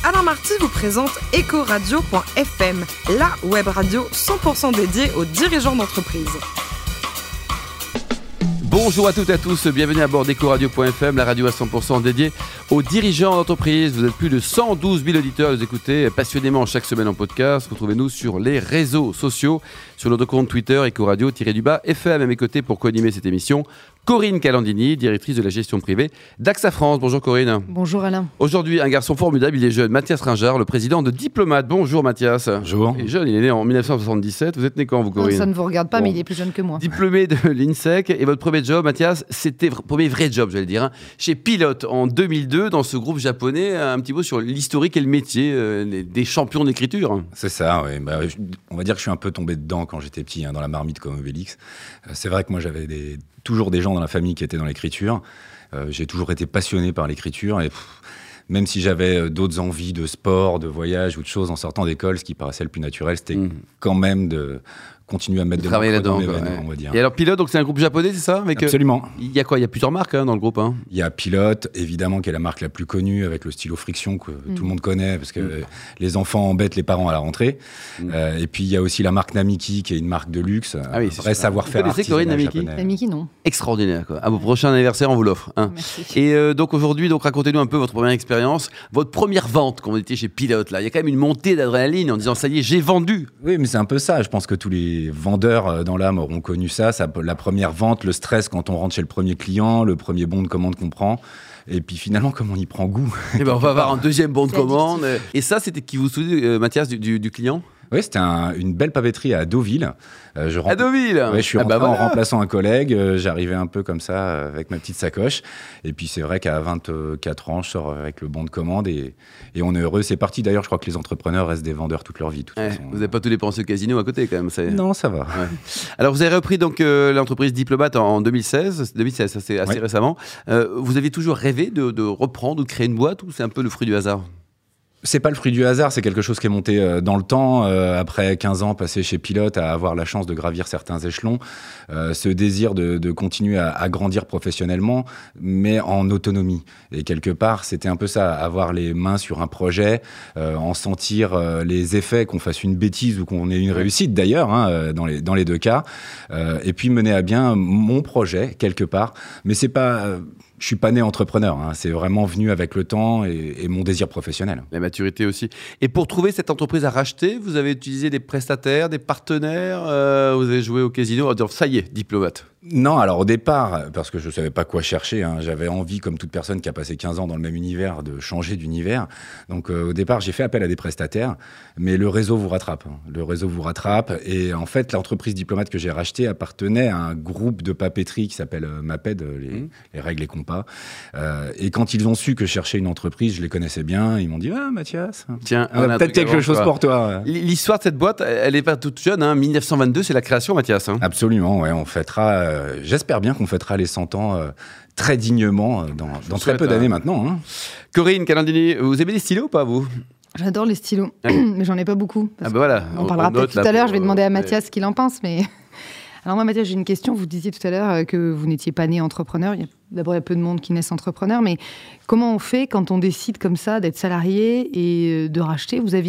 Alain Marty vous présente Ecoradio.fm, la web radio 100% dédiée aux dirigeants d'entreprise. Bonjour à toutes et à tous, bienvenue à bord d'Ecoradio.fm, la radio à 100% dédiée aux dirigeants d'entreprise. Vous êtes plus de 112 000 auditeurs, vous écoutez passionnément chaque semaine en podcast. Retrouvez-nous sur les réseaux sociaux, sur notre compte Twitter Ecoradio-FM. À mes côtés pour co-animer cette émission, Corinne Calandini, directrice de la gestion privée d'AXA France. Bonjour Corinne. Bonjour Alain. Aujourd'hui, un garçon formidable, il est jeune, Mathias Ringard, le président de Diplomate. Bonjour Mathias. Bonjour. Il est jeune, il est né en 1977. Vous êtes né quand vous, Corinne? Ça ne vous regarde pas, mais il est plus jeune que moi. Diplômé de l'INSEC, et votre premier job, Mathias, c'était votre premier vrai job, j'allais dire, chez Pilote en 2002, dans ce groupe japonais, un petit mot sur l'historique et le métier des champions d'écriture. C'est ça, oui. On va dire que je suis un peu tombé dedans quand j'étais petit, dans la marmite comme Obélix. C'est vrai que moi, j'avais toujours des gens dans la famille qui étaient dans l'écriture. J'ai toujours été passionné par l'écriture et même si j'avais d'autres envies de sport, de voyage ou de choses en sortant d'école, ce qui paraissait le plus naturel, c'était quand même de continuer à mettre de travailler là-dedans, on va dire. Et alors Pilote, donc c'est un groupe japonais, c'est ça? Absolument. Il y a quoi? Il y a plusieurs marques dans le groupe. Il y a Pilote, évidemment, qui est la marque la plus connue, avec le stylo Friction que tout le monde connaît, parce que les enfants embêtent les parents à la rentrée. Et puis il y a aussi la marque Namiki, qui est une marque de luxe, vrai savoir-faire artisanal japonais. Namiki, non. Extraordinaire, quoi. À vos prochains anniversaires, on vous l'offre. Merci. Et donc aujourd'hui, racontez-nous un peu votre première expérience, votre première vente quand vous étiez chez Pilote. Là, il y a quand même une montée d'adrénaline en disant ça y est, j'ai vendu. Oui, mais c'est un peu ça. Je pense que tous les vendeurs dans l'âme auront connu ça. La première vente, le stress quand on rentre chez le premier client, le premier bon de commande qu'on prend. Et puis finalement, comme on y prend goût. Et on va avoir un deuxième bon de commande. Et ça, c'était qui vous souvenez, Mathias, du client? Oui, c'était une belle papeterie à Deauville. À Deauville. Ouais, je suis rentré en remplaçant un collègue. J'arrivais un peu comme ça avec ma petite sacoche. Et puis c'est vrai qu'à 24 ans, je sors avec le bon de commande et on est heureux. C'est parti. D'ailleurs, je crois que les entrepreneurs restent des vendeurs toute leur vie. Vous n'avez pas tout dépensé au casino à côté quand même. Non, ça va. Ouais. Alors vous avez repris donc l'entreprise Diplomate en 2016. 2016, ça c'est assez récemment. Vous aviez toujours rêvé de reprendre ou de créer une boîte ou c'est un peu le fruit du hasard? C'est pas le fruit du hasard, c'est quelque chose qui est monté dans le temps, après 15 ans passés chez Pilote, à avoir la chance de gravir certains échelons, ce désir de continuer à grandir professionnellement, mais en autonomie. Et quelque part, c'était un peu ça, avoir les mains sur un projet, en sentir les effets, qu'on fasse une bêtise ou qu'on ait une réussite d'ailleurs, dans les deux cas, et puis mener à bien mon projet, quelque part. Mais c'est pas... Je suis pas né entrepreneur, c'est vraiment venu avec le temps et mon désir professionnel. La maturité aussi. Et pour trouver cette entreprise à racheter, vous avez utilisé des prestataires, des partenaires, vous avez joué au casino en disant ça y est, Diplomate. Non, alors au départ, parce que je savais pas quoi chercher, j'avais envie, comme toute personne qui a passé 15 ans dans le même univers, de changer d'univers. Donc au départ, j'ai fait appel à des prestataires, mais le réseau vous rattrape. Le réseau vous rattrape. Et en fait, l'entreprise Diplomate que j'ai rachetée appartenait à un groupe de papeterie qui s'appelle MAPED, les règles et compas. Et quand ils ont su que je cherchais une entreprise, je les connaissais bien, ils m'ont dit « Ah, Mathias, tiens, peut-être quelque chose pour toi. » L'histoire de cette boîte, elle n'est pas toute jeune, 1922, c'est la création, Mathias. Absolument, ouais, on fêtera... j'espère bien qu'on fêtera les 100 ans très dignement dans très peu d'années maintenant. Corinne Calandini, vous aimez les stylos ou pas, vous? J'adore les stylos, mais j'en ai pas beaucoup. Voilà. On parlera peut-être tout à l'heure, je vais demander à Mathias ce qu'il en pense. Mais... Alors moi, Mathias, j'ai une question. Vous disiez tout à l'heure que vous n'étiez pas né entrepreneur. D'abord, il y a peu de monde qui naissent entrepreneurs, mais comment on fait quand on décide comme ça d'être salarié et de racheter? Vous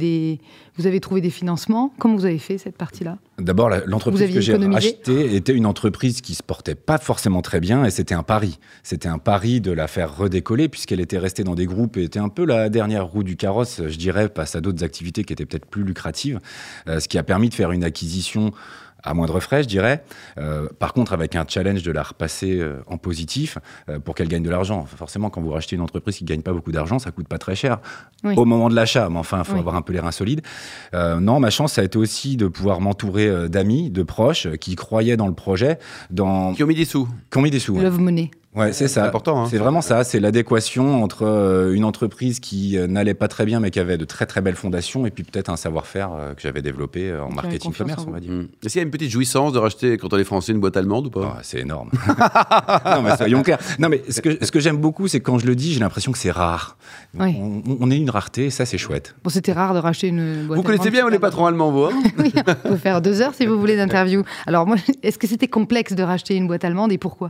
avez trouvé des financements? Comment vous avez fait cette partie-là? D'abord, l'entreprise que j'ai rachetée était une entreprise qui se portait pas forcément très bien et c'était un pari. C'était un pari de la faire redécoller puisqu'elle était restée dans des groupes et était un peu la dernière roue du carrosse, je dirais, face à d'autres activités qui étaient peut-être plus lucratives, ce qui a permis de faire une acquisition à moindre frais, je dirais. Par contre, avec un challenge de la repasser en positif pour qu'elle gagne de l'argent. Forcément, quand vous rachetez une entreprise qui ne gagne pas beaucoup d'argent, ça ne coûte pas très cher au moment de l'achat. Mais enfin, il faut avoir un peu les reins solides. Non, ma chance, ça a été aussi de pouvoir m'entourer d'amis, de proches qui croyaient dans le projet. Qui ont mis des sous. Love money. Ouais, c'est ça. C'est important. C'est vraiment ça. C'est l'adéquation entre une entreprise qui n'allait pas très bien, mais qui avait de très très belles fondations, et puis peut-être un savoir-faire que j'avais développé en marketing commerce, on va dire. Est-ce qu'il y a une petite jouissance de racheter, quand on est français, une boîte allemande ou pas? C'est énorme. Non, mais soyons clairs. Non, mais ce que j'aime beaucoup, c'est que quand je le dis, j'ai l'impression que c'est rare. Oui. On est une rareté, et ça, c'est chouette. Bon, c'était rare de racheter une boîte allemande. Vous connaissez bien les patrons allemands, vous, Oui, on peut faire 2 heures si vous voulez d'interview. Alors moi, est-ce que c'était complexe de racheter une boîte allemande et pourquoi?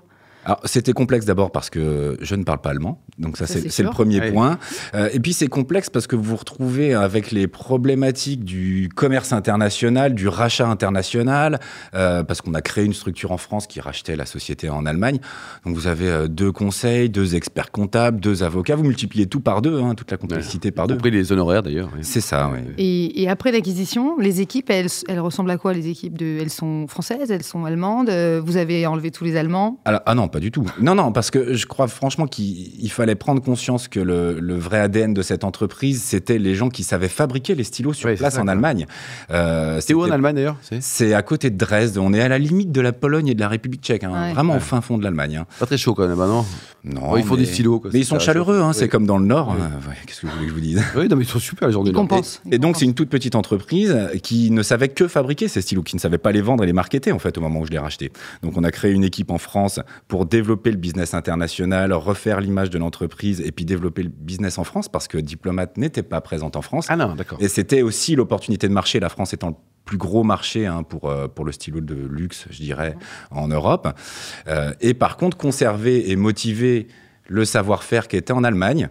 Alors, c'était complexe d'abord parce que je ne parle pas allemand, donc ça c'est le premier point. Et puis c'est complexe parce que vous vous retrouvez avec les problématiques du commerce international, du rachat international, parce qu'on a créé une structure en France qui rachetait la société en Allemagne. Donc vous avez 2 conseils, 2 experts comptables, 2 avocats, vous multipliez tout par 2, toute la complexité par 2. Y compris les honoraires d'ailleurs. Oui. C'est ça, oui. Et après l'acquisition, les équipes, elles ressemblent à quoi les équipes elles sont françaises, elles sont allemandes, vous avez enlevé tous les Allemands? Alors, non, pas du tout. Non, parce que je crois franchement qu'il fallait prendre conscience que le vrai ADN de cette entreprise, c'était les gens qui savaient fabriquer les stylos sur place en Allemagne. C'était où en Allemagne d'ailleurs? C'est à côté de Dresde. On est à la limite de la Pologne et de la République tchèque, vraiment au fin fond de l'Allemagne. Pas très chaud quand même, non? Non. Il faut des stylos. Quoi, mais ils sont chaleureux, c'est comme dans le Nord. Qu'est-ce que vous voulez que je vous dise? Oui, non, mais ils sont super les gens du Nord. Et donc c'est une toute petite entreprise qui ne savait que fabriquer ces stylos, qui ne savait pas les vendre et les marketer en fait au moment où je l'ai racheté. Donc on a créé une équipe en France pour développer le business international, refaire l'image de l'entreprise et puis développer le business en France parce que Diplomat n'était pas présente en France. Ah non, d'accord. Et c'était aussi l'opportunité de marché, la France étant le plus gros marché pour le stylo de luxe, je dirais, en Europe. Et par contre, conserver et motiver le savoir-faire qui était en Allemagne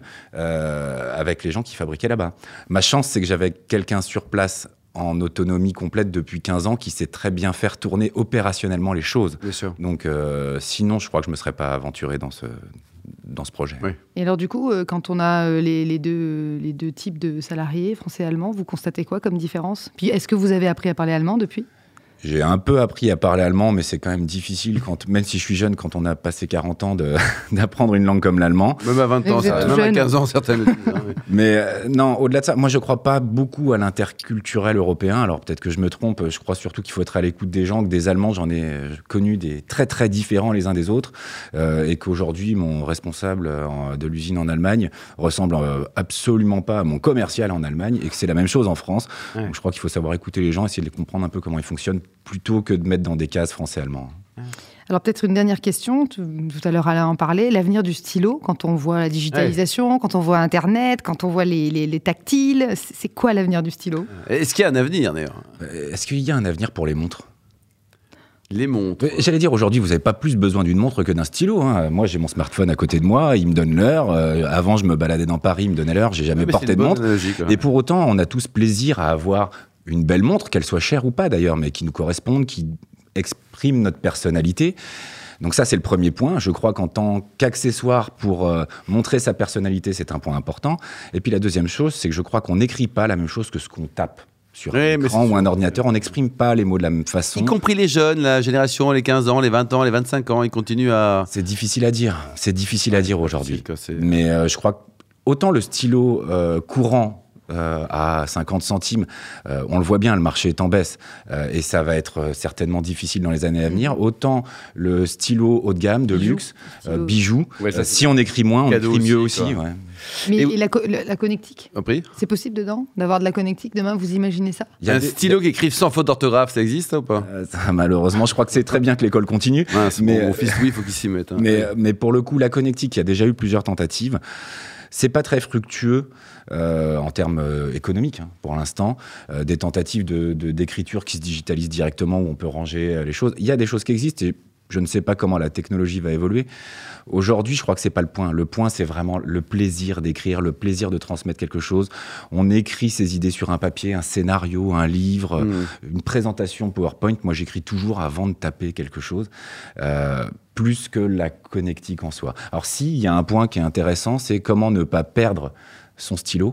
avec les gens qui fabriquaient là-bas. Ma chance, c'est que j'avais quelqu'un sur place en autonomie complète depuis 15 ans qui sait très bien faire tourner opérationnellement les choses. Bien sûr. Donc sinon, je crois que je ne me serais pas aventuré dans ce projet. Oui. Et alors du coup, quand on a les deux types de salariés, français et allemands, vous constatez quoi comme différence? Puis est-ce que vous avez appris à parler allemand depuis? J'ai un peu appris à parler allemand, mais c'est quand même difficile, même si je suis jeune, quand on a passé 40 ans, d'apprendre une langue comme l'allemand. Même à 20 ans, même à 15 ans, certaines. Mais non, au-delà de ça, moi je ne crois pas beaucoup à l'interculturel européen. Alors peut-être que je me trompe, je crois surtout qu'il faut être à l'écoute des gens, que des Allemands, j'en ai connu des très très différents les uns des autres, et qu'aujourd'hui, mon responsable de l'usine en Allemagne ressemble absolument pas à mon commercial en Allemagne, et que c'est la même chose en France. Ouais. Donc je crois qu'il faut savoir écouter les gens, essayer de les comprendre un peu comment ils fonctionnent, plutôt que de mettre dans des cases français-allemand. Alors peut-être une dernière question, tout à l'heure Alain en parlait, l'avenir du stylo, quand on voit la digitalisation, quand on voit Internet, quand on voit les tactiles, c'est quoi l'avenir du stylo? Est-ce qu'il y a un avenir d'ailleurs? Est-ce qu'il y a un avenir pour les montres? Les montres. J'allais dire, aujourd'hui, vous n'avez pas plus besoin d'une montre que d'un stylo. Moi, j'ai mon smartphone à côté de moi, il me donne l'heure. Avant, je me baladais dans Paris, il me donnait l'heure, j'ai jamais porté de montre. Et pour autant, on a tous plaisir à avoir une belle montre, qu'elle soit chère ou pas d'ailleurs, mais qui nous corresponde, qui exprime notre personnalité. Donc ça, c'est le premier point. Je crois qu'en tant qu'accessoire pour montrer sa personnalité, c'est un point important. Et puis la deuxième chose, c'est que je crois qu'on n'écrit pas la même chose que ce qu'on tape sur un écran ou un ordinateur. On n'exprime pas les mots de la même façon. Y compris les jeunes, la génération, les 15 ans, les 20 ans, les 25 ans, ils continuent à... C'est difficile à dire. C'est difficile à dire aujourd'hui. Mais je crois qu'autant le stylo courant à 50 centimes, on le voit bien, le marché est en baisse et ça va être certainement difficile dans les années à venir. Autant le stylo haut de gamme, de luxe, bijou, si on écrit moins, on écrit mieux aussi. Ouais. Mais et la connectique, c'est possible dedans d'avoir de la connectique demain? Vous imaginez ça? Il y a un stylo qui écrive sans faute d'orthographe, ça existe ou pas? Malheureusement, je crois que c'est très bien que l'école continue. Mais mon fils, oui, il faut qu'il s'y mette. Mais pour le coup, la connectique, il y a déjà eu plusieurs tentatives. C'est pas très fructueux en termes économiques pour l'instant. Des tentatives d'écriture qui se digitalisent directement où on peut ranger les choses. Il y a des choses qui existent et je ne sais pas comment la technologie va évoluer. Aujourd'hui, je crois que c'est pas le point. Le point, c'est vraiment le plaisir d'écrire, le plaisir de transmettre quelque chose. On écrit ses idées sur un papier, un scénario, un livre, une présentation PowerPoint. Moi, j'écris toujours avant de taper quelque chose. Plus que la connectique en soi. Alors il y a un point qui est intéressant, c'est comment ne pas perdre son stylo.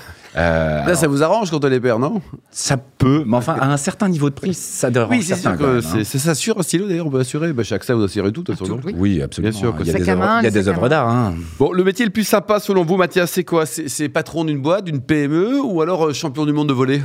Là, ça vous arrange quand on les perd, non? Ça peut, mais enfin, à un certain niveau de prix, ça dérange. Oui, c'est sûr que c'est ça sur un stylo, d'ailleurs, on peut assurer. Chaque ça, vous assurez tout, de toute façon. Oui, absolument. Bien sûr, il y a des œuvres d'art. Bon, le métier le plus sympa, selon vous, Mathias, c'est quoi? C'est patron d'une boîte, d'une PME, ou alors champion du monde de volley?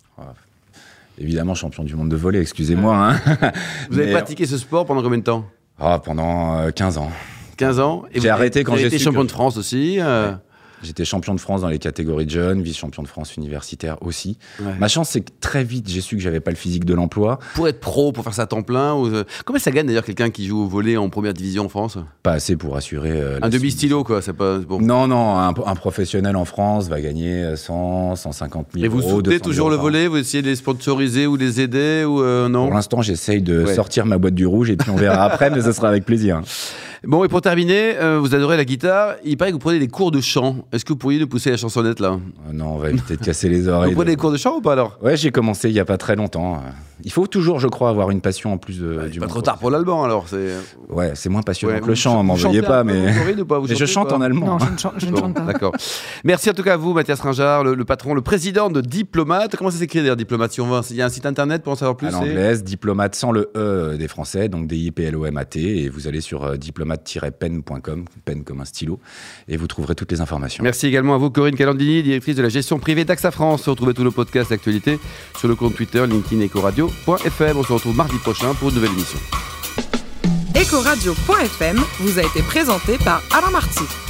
Évidemment, champion du monde de volley, excusez-moi. Vous avez pratiqué ce sport pendant combien de temps? Pendant 15 ans. 15 ans. Et j'ai arrêté quand j'ai été champion de France aussi. J'étais champion de France dans les catégories de jeunes, vice-champion de France universitaire aussi. Ma chance, c'est que très vite, j'ai su que j'avais pas le physique de l'emploi. Pour être pro, pour faire ça à temps plein, combien ça gagne d'ailleurs quelqu'un qui joue au volley en première division en France? Pas assez pour assurer... un demi-stylo, quoi, c'est pas... Bon. Non, un professionnel en France va gagner 100, 150 000 euros. Et vous soutenez toujours le volley? Vous essayez de les sponsoriser ou de les aider ou non? Pour l'instant, j'essaye de sortir ma boîte du rouge et puis on verra après, mais ça sera avec plaisir. Bon, et pour terminer, vous adorez la guitare. Il paraît que vous prenez des cours de chant. Est-ce que vous pourriez nous pousser la chansonnette là ? Non, on va éviter de casser les oreilles. Vous prenez des cours de chant ou pas alors ? Ouais, j'ai commencé il n'y a pas très longtemps. Il faut toujours, je crois, avoir une passion en plus du. Pas trop tard pour l'allemand alors. Ouais, c'est moins passionnant que le chant, m'en veuillez pas. Mais je chante en allemand. Non, je ne chante pas. D'accord. Merci en tout cas à vous, Mathias Ringard, le patron, le président de Diplomate. Comment ça s'écrit d'ailleurs, Diplomate ? Il y a un site internet pour en savoir plus. À l'anglaise, Diplomate sans le E des Français, donc D-I-P-L-O-M-A-T, et vous allez sur diplomate-pen.com, pen comme un stylo, et vous trouverez toutes les informations. Merci également à vous, Corinne Calandini, directrice de la gestion privée d'AXA France. Retrouvez tous nos podcasts d'actualité sur le compte Twitter, LinkedIn, ecoradio.fm. On se retrouve mardi prochain pour une nouvelle émission. Ecoradio.fm vous a été présenté par Alain Marty.